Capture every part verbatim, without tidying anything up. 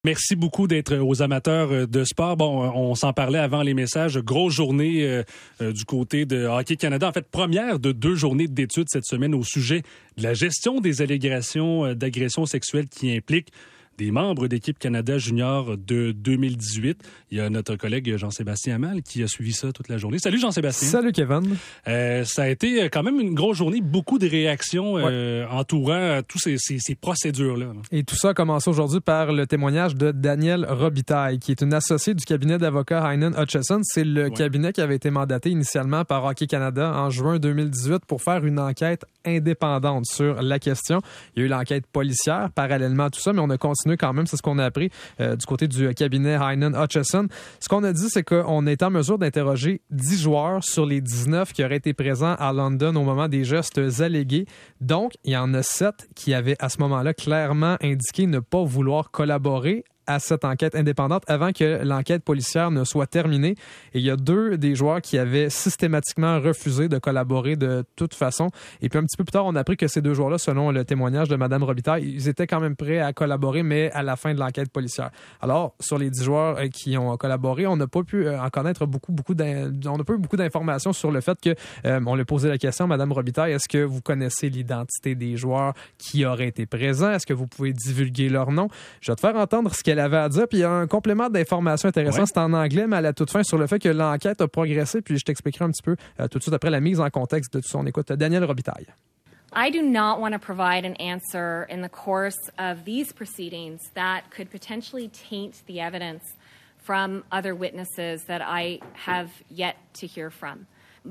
Merci beaucoup d'être aux amateurs de sport. Bon, on s'en parlait avant les messages. Grosse journée euh, euh, du côté de Hockey Canada. En fait, première de deux journées d'études cette semaine au sujet de la gestion des allégations euh, d'agressions sexuelles qui impliquent des membres d'équipe Canada Junior de deux mille dix-huit. Il y a notre collègue Jean-Sébastien Hamel qui a suivi ça toute la journée. Salut Jean-Sébastien. Salut Kevin. Euh, ça a été quand même une grosse journée, beaucoup de réactions euh, ouais. entourant toutes ces, ces, ces procédures-là. Et tout ça a commencé aujourd'hui par le témoignage de Danielle Robitaille, qui est une associée du cabinet d'avocats Heinen Hutchison. C'est le ouais. cabinet qui avait été mandaté initialement par Hockey Canada en juin deux mille dix-huit pour faire une enquête indépendante sur la question. Il y a eu l'enquête policière parallèlement à tout ça, mais on a continué quand même, c'est ce qu'on a appris euh, du côté du cabinet Heinen Hutchison. Ce qu'on a dit, c'est qu'on est en mesure d'interroger dix joueurs sur les dix-neuf qui auraient été présents à London au moment des gestes allégués. Donc, il y en a sept qui avaient à ce moment-là clairement indiqué ne pas vouloir collaborer à cette enquête indépendante avant que l'enquête policière ne soit terminée. Et il y a deux des joueurs qui avaient systématiquement refusé de collaborer de toute façon. Et puis un petit peu plus tard, on a appris que ces deux joueurs-là, selon le témoignage de Mme Robitaille, ils étaient quand même prêts à collaborer, mais à la fin de l'enquête policière. Alors, sur les dix joueurs qui ont collaboré, on n'a pas pu en connaître beaucoup, beaucoup d'in... on n'a pas eu beaucoup d'informations sur le fait que, euh, on lui a posé la question à Mme Robitaille, est-ce que vous connaissez l'identité des joueurs qui auraient été présents? Est-ce que vous pouvez divulguer leur nom? Je vais te faire entendre ce qu'elle avait à dire. Puis il y a un complément d'information intéressant, ouais. c'est en anglais, mais à la toute fin sur le fait que l'enquête a progressé. Puis je t'expliquerai un petit peu euh, tout de suite après la mise en contexte de tout ça. On écoute Danielle Robitaille. I do not want to provide an answer in the course of these proceedings that could potentially taint the evidence from other witnesses that I have yet to hear from.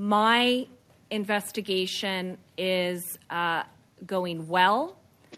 My investigation is uh, going well.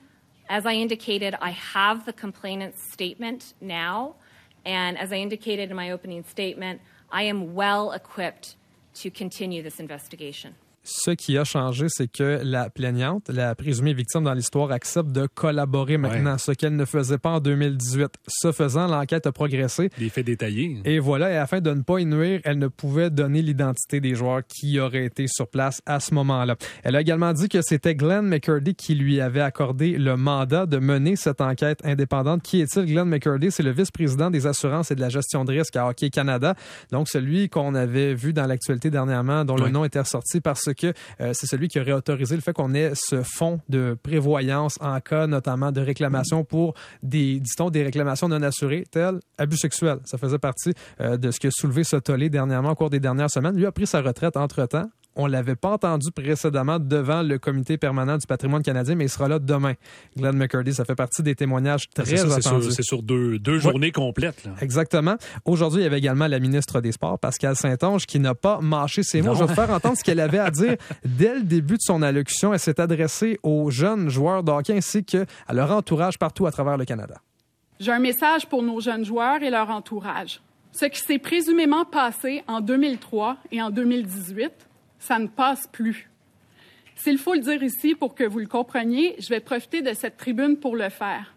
As I indicated, I have the complainant's statement now, and as I indicated in my opening statement, I am well equipped to continue this investigation. Ce qui a changé, c'est que la plaignante, la présumée victime dans l'histoire, accepte de collaborer maintenant, ouais. ce qu'elle ne faisait pas en deux mille dix-huit. Ce faisant, l'enquête a progressé. Les faits détaillés. Et voilà, et afin de ne pas y nuire, elle ne pouvait donner l'identité des joueurs qui auraient été sur place à ce moment-là. Elle a également dit que c'était Glenn McCurdy qui lui avait accordé le mandat de mener cette enquête indépendante. Qui est-il, Glenn McCurdy? C'est le vice-président des assurances et de la gestion de risque à Hockey Canada. Donc, celui qu'on avait vu dans l'actualité dernièrement, dont ouais. le nom était ressorti parce que euh, c'est celui qui aurait autorisé le fait qu'on ait ce fonds de prévoyance en cas notamment de réclamation pour des, dit-on, des réclamations non assurées, telles abus sexuels. Ça faisait partie euh, de ce que soulevé ce tollé dernièrement au cours des dernières semaines. Lui a pris sa retraite entre-temps. On ne l'avait pas entendu précédemment devant le comité permanent du patrimoine canadien, mais il sera là demain. Glenn McCurdy, ça fait partie des témoignages très c'est ça, attendus. C'est sur, c'est sur deux, deux journées ouais. complètes. Là. Exactement. Aujourd'hui, il y avait également la ministre des Sports, Pascale Saint-Onge, qui n'a pas mâché ses mots. Je vais vous faire entendre ce qu'elle avait à dire dès le début de son allocution. Elle s'est adressée aux jeunes joueurs de hockey ainsi qu'à leur entourage partout à travers le Canada. J'ai un message pour nos jeunes joueurs et leur entourage. Ce qui s'est présumément passé en deux mille trois et en deux mille dix-huit, ça ne passe plus. S'il faut le dire ici pour que vous le compreniez, je vais profiter de cette tribune pour le faire.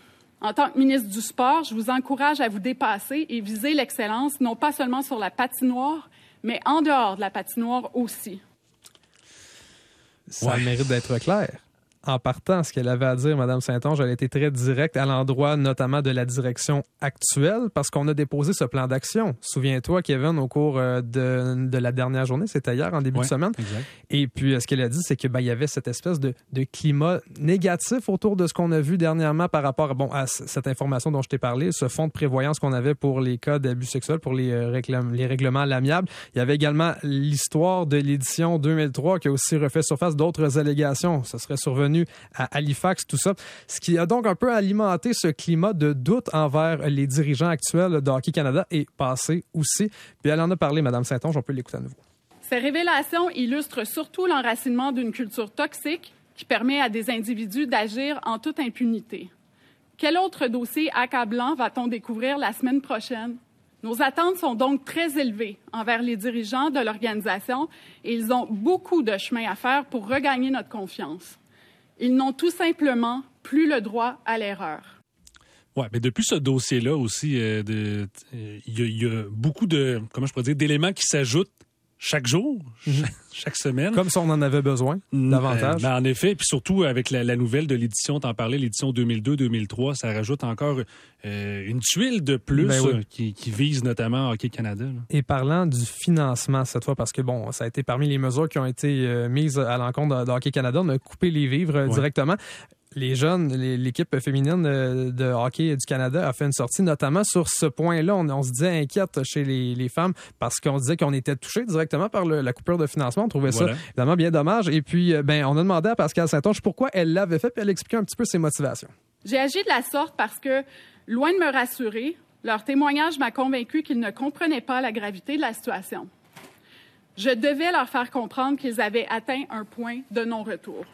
En tant que ministre du Sport, je vous encourage à vous dépasser et viser l'excellence, non pas seulement sur la patinoire, mais en dehors de la patinoire aussi. Ça ouais. mérite d'être clair. En partant, ce qu'elle avait à dire, Mme Saint-Onge, elle a été très directe à l'endroit notamment de la direction actuelle parce qu'on a déposé ce plan d'action. Souviens-toi, Kevin, au cours de, de la dernière journée, c'était hier, en début ouais, de semaine. Exact. Et puis, ce qu'elle a dit, c'est qu'il ben, y avait cette espèce de, de climat négatif autour de ce qu'on a vu dernièrement par rapport bon, à cette information dont je t'ai parlé, ce fonds de prévoyance qu'on avait pour les cas d'abus sexuels, pour les, euh, réclam- les règlements à l'amiable. Il y avait également l'histoire de l'édition deux mille trois qui a aussi refait surface d'autres allégations. Ça serait survenu à Halifax, tout ça. Ce qui a donc un peu alimenté ce climat de doute envers les dirigeants actuels de Hockey Canada et passé aussi. Puis elle en a parlé, Mme Saint-Onge, on peut l'écouter à nouveau. Ces révélations illustrent surtout l'enracinement d'une culture toxique qui permet à des individus d'agir en toute impunité. Quel autre dossier accablant va-t-on découvrir la semaine prochaine? Nos attentes sont donc très élevées envers les dirigeants de l'organisation et ils ont beaucoup de chemin à faire pour regagner notre confiance. Ils n'ont tout simplement plus le droit à l'erreur. Oui, mais depuis ce dossier-là aussi, il euh, euh, y, y a beaucoup de, comment je pourrais dire, d'éléments qui s'ajoutent chaque jour, Mm-hmm. chaque, chaque semaine. Comme si on en avait besoin, davantage. Euh, ben, en effet, puis surtout avec la, la nouvelle de l'édition, t'en parlais, l'édition deux mille deux deux mille trois, ça rajoute encore euh, une tuile de plus ben oui. euh, qui, qui vise notamment Hockey Canada. Là. Et parlant du financement cette fois, parce que bon, ça a été parmi les mesures qui ont été euh, mises à l'encontre de, de Hockey Canada, on a coupé les vivres euh, ouais. directement. Les jeunes, les, l'équipe féminine de, de hockey du Canada a fait une sortie, notamment sur ce point-là. On, on se disait inquiète chez les, les femmes parce qu'on disait qu'on était touché directement par le, la coupure de financement. On trouvait voilà. ça évidemment bien dommage. Et puis, ben, on a demandé à Pascale Saint-Onge pourquoi elle l'avait fait, puis elle expliquait un petit peu ses motivations. J'ai agi de la sorte parce que, loin de me rassurer, leur témoignage m'a convaincu qu'ils ne comprenaient pas la gravité de la situation. Je devais leur faire comprendre qu'ils avaient atteint un point de non-retour.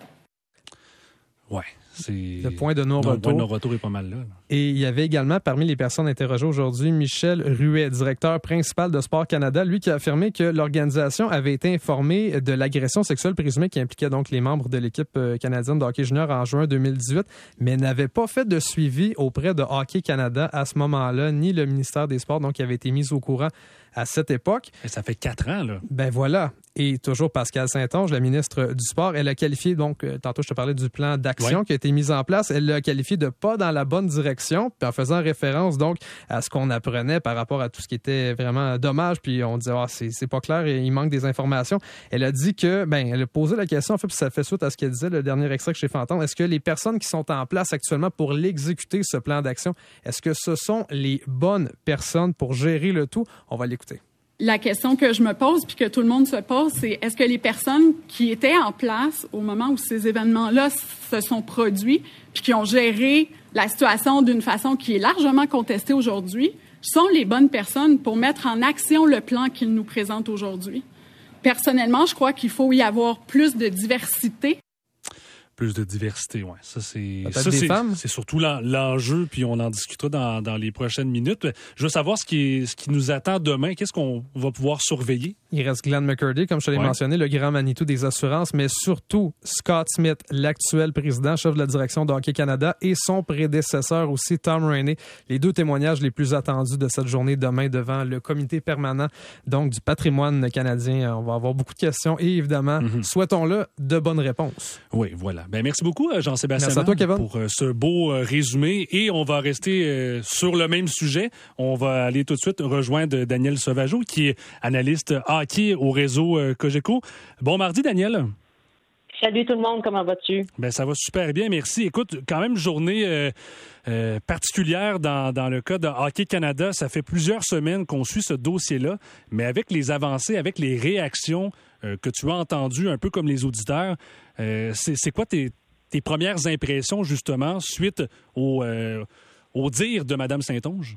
Ouais, c'est... Le point de non-retour. Le point de non-retour est pas mal là, là. Et il y avait également, parmi les personnes interrogées aujourd'hui, Michel Ruet, directeur principal de Sport Canada, lui qui a affirmé que l'organisation avait été informée de l'agression sexuelle présumée qui impliquait donc les membres de l'équipe canadienne de hockey junior en juin deux mille dix-huit, mais n'avait pas fait de suivi auprès de Hockey Canada à ce moment-là, ni le ministère des Sports, donc qui avait été mis au courant à cette époque. Et ça fait quatre ans, là. Ben voilà. Et toujours Pascale Saint-Onge, la ministre du Sport, elle a qualifié, donc, euh, tantôt je te parlais du plan d'action ouais. qui a été mis en place, elle l'a qualifié de pas dans la bonne direction, puis en faisant référence, donc, à ce qu'on apprenait par rapport à tout ce qui était vraiment dommage, puis on disait, ah, c'est, c'est pas clair, il manque des informations. Elle a dit que, ben, elle a posé la question, en fait, puis ça fait suite à ce qu'elle disait, le dernier extrait que j'ai fait entendre, est-ce que les personnes qui sont en place actuellement pour l'exécuter, ce plan d'action, est-ce que ce sont les bonnes personnes pour gérer le tout? On va l'écouter. La question que je me pose puis que tout le monde se pose, c'est est-ce que les personnes qui étaient en place au moment où ces événements-là se sont produits puis qui ont géré la situation d'une façon qui est largement contestée aujourd'hui sont les bonnes personnes pour mettre en action le plan qu'ils nous présentent aujourd'hui? Personnellement, je crois qu'il faut y avoir plus de diversité. Plus de diversité, oui. Ça, c'est, ça, c'est, c'est surtout l'enjeu, puis on en discutera dans, dans les prochaines minutes. Je veux savoir ce qui, est, ce qui nous attend demain. Qu'est-ce qu'on va pouvoir surveiller? Il reste Glenn McCurdy, comme je te l'ai ouais. mentionné, le grand Manitou des assurances, mais surtout Scott Smith, l'actuel président, chef de la direction de Hockey Canada, et son prédécesseur aussi, Tom Rainey. Les deux témoignages les plus attendus de cette journée demain devant le comité permanent donc du patrimoine canadien. On va avoir beaucoup de questions et évidemment, mm-hmm. souhaitons-le de bonnes réponses. Oui, voilà. Ben, merci beaucoup, Jean-Sébastien. Merci à toi, Kevin. Pour euh, ce beau euh, résumé. Et on va rester euh, sur le même sujet. On va aller tout de suite rejoindre Daniel Sauvageau, qui est analyste hockey au réseau euh, Cogeco. Bon mardi, Daniel. Salut tout le monde, comment vas-tu? Ben ça va super bien, merci. Écoute, quand même journée euh, euh, particulière dans, dans le cas de Hockey Canada. Ça fait plusieurs semaines qu'on suit ce dossier-là, mais avec les avancées, avec les réactions euh, que tu as entendues, un peu comme les auditeurs, euh, c'est, c'est quoi tes, tes premières impressions, justement, suite au, euh, au dire de Mme Saint-Onge?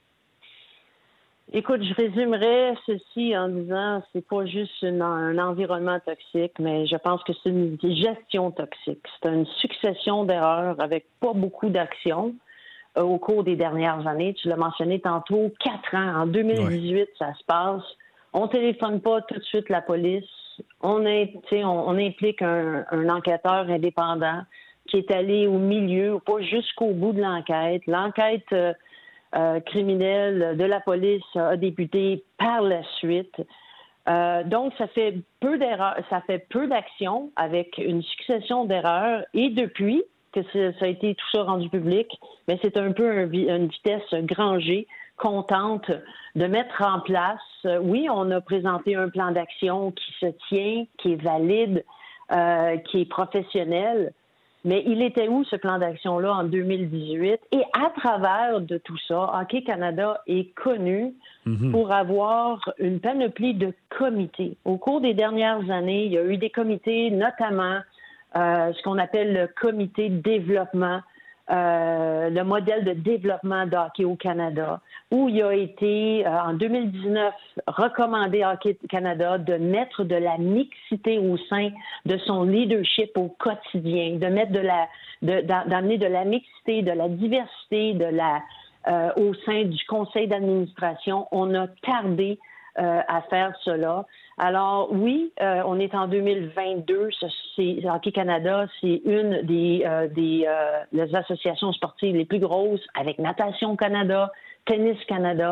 Écoute, je résumerais ceci en disant c'est pas juste une, un environnement toxique, mais je pense que c'est une gestion toxique. C'est une succession d'erreurs avec pas beaucoup d'actions euh, au cours des dernières années. Tu l'as mentionné tantôt, quatre ans. En deux mille dix-huit, ouais. ça se passe. On téléphone pas tout de suite la police. On, est, on, on implique un, un enquêteur indépendant qui est allé au milieu, pas jusqu'au bout de l'enquête. L'enquête... Euh, Euh, criminel de la police a débuté par la suite. Euh, donc, ça fait peu d'erreurs, ça fait peu d'actions avec une succession d'erreurs. Et depuis que ça a été tout ça rendu public, mais c'est un peu un, une vitesse grand G qu'on tente de mettre en place. Oui, on a présenté un plan d'action qui se tient, qui est valide, euh, qui est professionnel. Mais il était où ce plan d'action-là en deux mille dix-huit? Et à travers de tout ça, Hockey Canada est connu mm-hmm. pour avoir une panoplie de comités. Au cours des dernières années, il y a eu des comités, notamment euh, ce qu'on appelle le comité de développement, euh, le modèle de développement de hockey au Canada, où il a été, euh, en deux mille dix-neuf, recommandé à Hockey Canada de mettre de la mixité au sein de son leadership au quotidien, de mettre de la, de, d'amener de la mixité, de la diversité, de la, euh, au sein du conseil d'administration. On a tardé euh, à faire cela. Alors oui, euh, on est en deux mille vingt-deux. C'est, Hockey Canada, c'est une des, euh, des euh, les associations sportives les plus grosses, avec Natation Canada, Tennis Canada.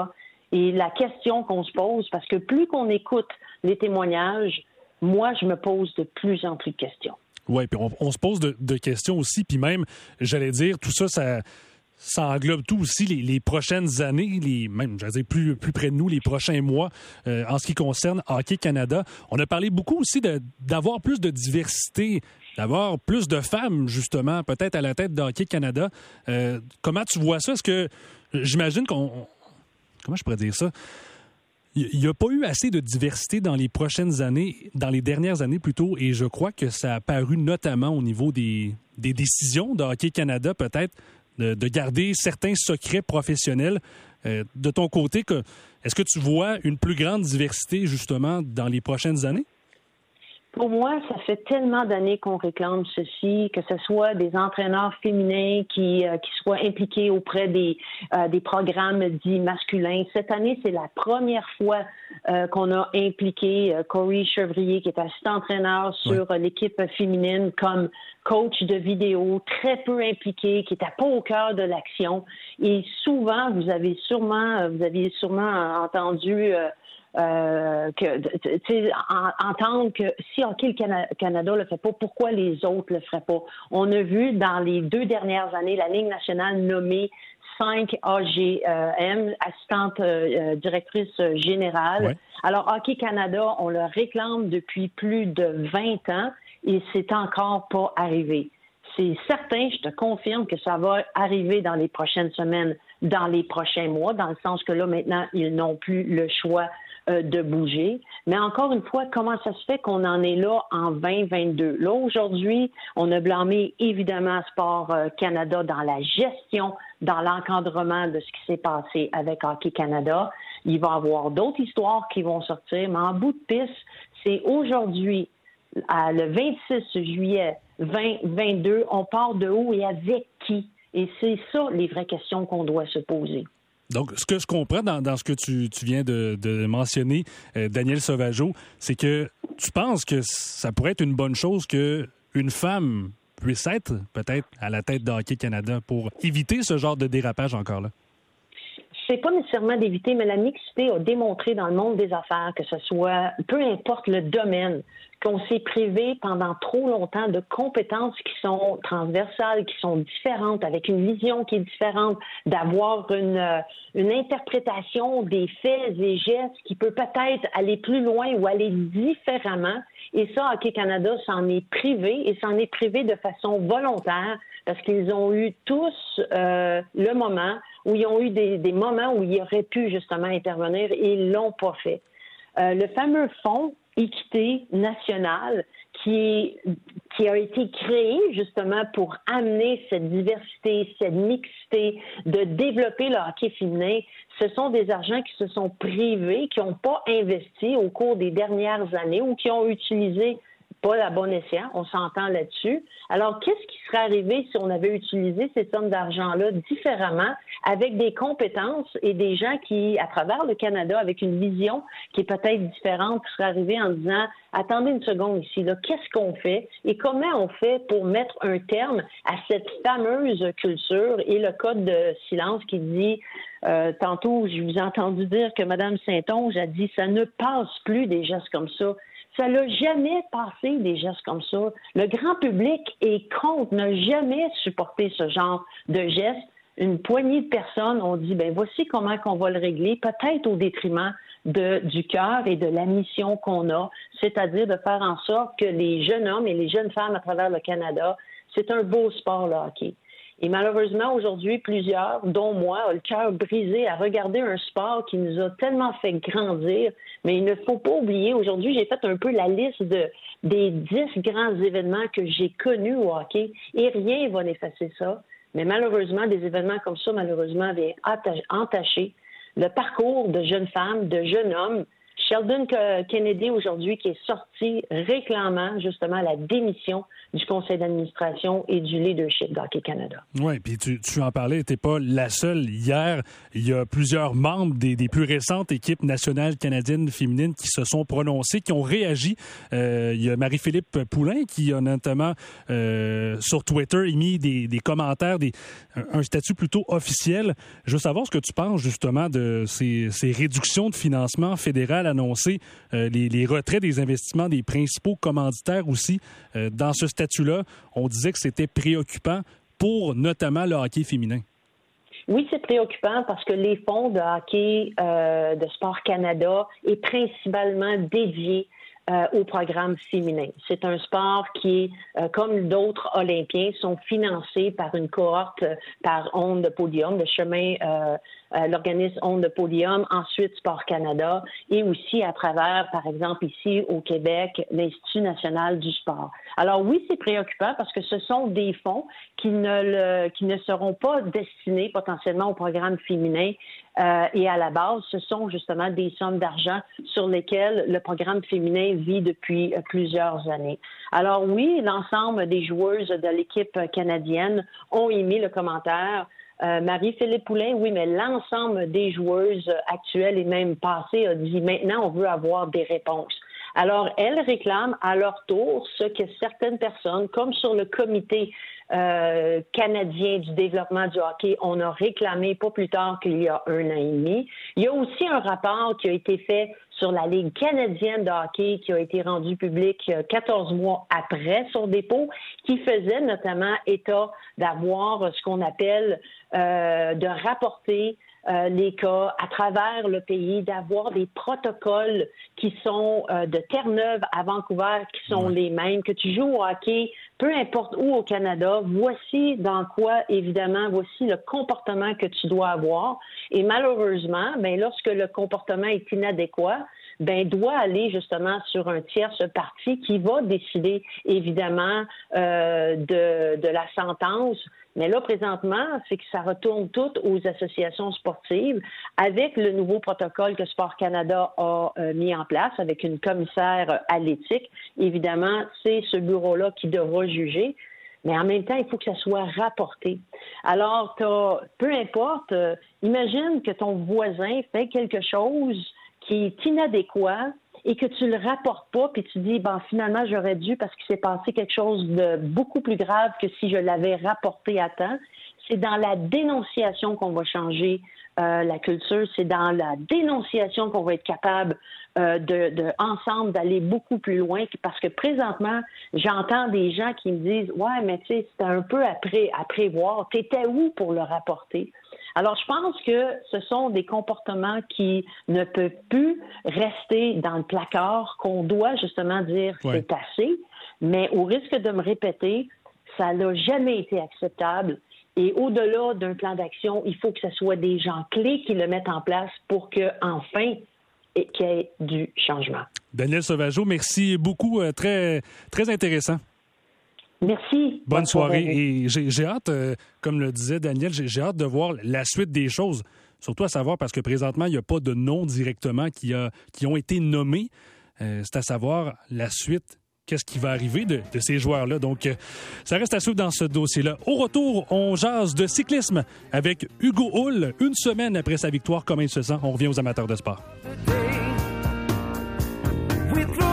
Et la question qu'on se pose, parce que plus qu'on écoute les témoignages, moi, je me pose de plus en plus de questions. Oui, puis on, on se pose de, de questions aussi, puis même, j'allais dire, tout ça, ça, ça englobe tout aussi les, les prochaines années, les, même, j'allais dire, plus, plus près de nous, les prochains mois, euh, en ce qui concerne Hockey Canada. On a parlé beaucoup aussi de, d'avoir plus de diversité, d'avoir plus de femmes, justement, peut-être à la tête de Hockey Canada. Euh, comment tu vois ça? Est-ce que, j'imagine qu'on... Comment je pourrais dire ça? Il n'y a pas eu assez de diversité dans les prochaines années, dans les dernières années plutôt, et je crois que ça a apparu notamment au niveau des, des décisions de Hockey Canada, peut-être, de, de garder certains secrets professionnels. Euh, de ton côté, que, est-ce que tu vois une plus grande diversité, justement, dans les prochaines années? Pour moi, ça fait tellement d'années qu'on réclame ceci, que ce soit des entraîneurs féminins qui, euh, qui soient impliqués auprès des, euh, des programmes dits masculins. Cette année, c'est la première fois euh, qu'on a impliqué euh, Corey Chevrier, qui est assistant-entraîneur sur oui. l'équipe féminine, comme coach de vidéo, très peu impliqué, qui n'était pas au cœur de l'action. Et souvent, vous avez sûrement, vous aviez sûrement entendu... Euh, Euh, que tu sais, entendre que si Hockey Canada le fait pas, pourquoi les autres le feraient pas? On a vu dans les deux dernières années la Ligue nationale nommer cinq A G M, assistante euh, directrice générale. Ouais. Alors Hockey Canada, on le réclame depuis plus de vingt ans et c'est encore pas arrivé. C'est certain, je te confirme que ça va arriver dans les prochaines semaines, dans les prochains mois, dans le sens que là, maintenant, ils n'ont plus le choix euh, de bouger. Mais encore une fois, comment ça se fait qu'on en est là en vingt vingt-deux? Là, aujourd'hui, on a blâmé évidemment Sport euh, Canada dans la gestion, dans l'encadrement de ce qui s'est passé avec Hockey Canada. Il va y avoir d'autres histoires qui vont sortir, mais en bout de piste, c'est aujourd'hui, à le vingt-six juillet vingt vingt-deux, on part de où et avec qui? Et c'est ça les vraies questions qu'on doit se poser. Donc, ce que je comprends dans, dans ce que tu, tu viens de, de mentionner, euh, Daniel Sauvageau, c'est que tu penses que ça pourrait être une bonne chose qu'une femme puisse être peut-être à la tête de Hockey Canada pour éviter ce genre de dérapage encore là? C'est pas nécessairement d'éviter, mais la mixité a démontré dans le monde des affaires que ce soit, peu importe le domaine, qu'on s'est privé pendant trop longtemps de compétences qui sont transversales, qui sont différentes, avec une vision qui est différente, d'avoir une, une interprétation des faits et gestes qui peut peut-être aller plus loin ou aller différemment. Et ça, Hockey Canada s'en est privé et s'en est privé de façon volontaire parce qu'ils ont eu tous euh, le moment où ils ont eu des, des moments où ils auraient pu justement intervenir et ils l'ont pas fait. Euh, le fameux fonds équité nationale qui, qui a été créé justement pour amener cette diversité, cette mixité, de développer le hockey féminin, ce sont des argents qui se sont privés, qui n'ont pas investi au cours des dernières années ou qui ont utilisé pas la bonne escient, on s'entend là-dessus. Alors, qu'est-ce qui serait arrivé si on avait utilisé ces sommes d'argent-là différemment, avec des compétences et des gens qui, à travers le Canada, avec une vision qui est peut-être différente, qui seraient arrivés en disant « Attendez une seconde ici, là, qu'est-ce qu'on fait et comment on fait pour mettre un terme à cette fameuse culture et le code de silence qui dit euh, tantôt, je vous ai entendu dire que Mme Saint-Onge a dit « Ça ne passe plus des gestes comme ça ». Ça n'a jamais passé des gestes comme ça. Le grand public est contre, n'a jamais supporté ce genre de gestes. Une poignée de personnes ont dit, ben voici comment qu'on va le régler, peut-être au détriment de, du cœur et de la mission qu'on a, c'est-à-dire de faire en sorte que les jeunes hommes et les jeunes femmes à travers le Canada, c'est un beau sport, le hockey. Et malheureusement, aujourd'hui, plusieurs, dont moi, ont le cœur brisé à regarder un sport qui nous a tellement fait grandir. Mais il ne faut pas oublier, aujourd'hui, j'ai fait un peu la liste de, des dix grands événements que j'ai connus au hockey et rien ne va effacer ça. Mais malheureusement, des événements comme ça, malheureusement, viennent entacher le parcours de jeunes femmes, de jeunes hommes Sheldon Kennedy, aujourd'hui, qui est sorti réclamant justement la démission du conseil d'administration et du leadership d'Hockey Canada. Oui, puis tu, tu en parlais, tu n'es pas la seule. Hier, il y a plusieurs membres des, des plus récentes équipes nationales canadiennes féminines qui se sont prononcées, qui ont réagi. Euh, il y a Marie-Philippe Poulin qui a notamment euh, sur Twitter émis des, des commentaires, des, un, un statut plutôt officiel. Je veux savoir ce que tu penses justement de ces, ces réductions de financement fédéral annoncées, euh, les, les retraits des investissements des principaux commanditaires aussi. Euh, dans ce statut-là, on disait que c'était préoccupant pour notamment le hockey féminin. Oui, c'est préoccupant parce que les fonds de hockey euh, de Sport Canada est principalement dédié euh, au programme féminin. C'est un sport qui, euh, comme d'autres Olympiens, sont financés par une cohorte, euh, par Onde de Podium, le chemin, euh, euh, l'organisme Onde de Podium, ensuite Sport Canada, et aussi à travers, par exemple, ici au Québec, l'Institut national du sport. Alors oui, c'est préoccupant parce que ce sont des fonds qui ne, le, qui ne seront pas destinés potentiellement au programme féminin euh, et à la base, ce sont justement des sommes d'argent sur lesquelles le programme féminin vit depuis euh, plusieurs années. Alors oui, l'ensemble des joueuses de l'équipe canadienne ont émis le commentaire. Euh, Marie-Philippe Poulin, oui, mais l'ensemble des joueuses actuelles et même passées a dit maintenant on veut avoir des réponses. Alors, elles réclament à leur tour ce que certaines personnes, comme sur le comité euh, canadien du développement du hockey, on a réclamé pas plus tard qu'il y a un an et demi. Il y a aussi un rapport qui a été fait sur la Ligue canadienne de hockey qui a été rendu public quatorze mois après son dépôt, qui faisait notamment état d'avoir ce qu'on appelle euh, de rapporter Euh, les cas à travers le pays, d'avoir des protocoles qui sont euh, de Terre-Neuve à Vancouver, qui sont ouais. les mêmes, que tu joues au hockey, peu importe où au Canada, voici dans quoi, évidemment, voici le comportement que tu dois avoir. Et malheureusement, ben, lorsque le comportement est inadéquat, ben, doit aller justement sur un tierce parti qui va décider, évidemment, euh, de, de la sentence. Mais là, présentement, c'est que ça retourne tout aux associations sportives avec le nouveau protocole que Sport Canada a euh, mis en place avec une commissaire à l'éthique. Évidemment, c'est ce bureau-là qui devra juger. Mais en même temps, il faut que ça soit rapporté. Alors, t'as, peu importe, euh, imagine que ton voisin fait quelque chose qui est inadéquat et que tu le rapportes pas, puis tu dis, ben finalement, j'aurais dû parce qu'il s'est passé quelque chose de beaucoup plus grave que si je l'avais rapporté à temps. C'est dans la dénonciation qu'on va changer euh, la culture. C'est dans la dénonciation qu'on va être capable euh, de, de ensemble d'aller beaucoup plus loin. Parce que présentement, j'entends des gens qui me disent, ouais, mais tu sais, c'était un peu à, pré- à prévoir. T'étais où pour le rapporter? Alors, je pense que ce sont des comportements qui ne peuvent plus rester dans le placard, qu'on doit justement dire ouais. c'est assez, mais au risque de me répéter, ça n'a jamais été acceptable. Et au-delà d'un plan d'action, il faut que ce soit des gens clés qui le mettent en place pour qu'enfin, qu'il y ait du changement. Danielle Sauvageau, merci beaucoup. Très, très intéressant. Merci. Bonne, Bonne soirée. soirée. Et j'ai, j'ai hâte, euh, comme le disait Daniel, j'ai, j'ai hâte de voir la suite des choses. Surtout à savoir parce que présentement, il n'y a pas de noms directement qui, a, qui ont été nommés. Euh, c'est à savoir la suite. Qu'est-ce qui va arriver de, de ces joueurs-là? Donc, euh, ça reste à suivre dans ce dossier-là. Au retour, on jase de cyclisme avec Hugo Hull, une semaine après sa victoire. Comment il se sent? On revient aux amateurs de sport.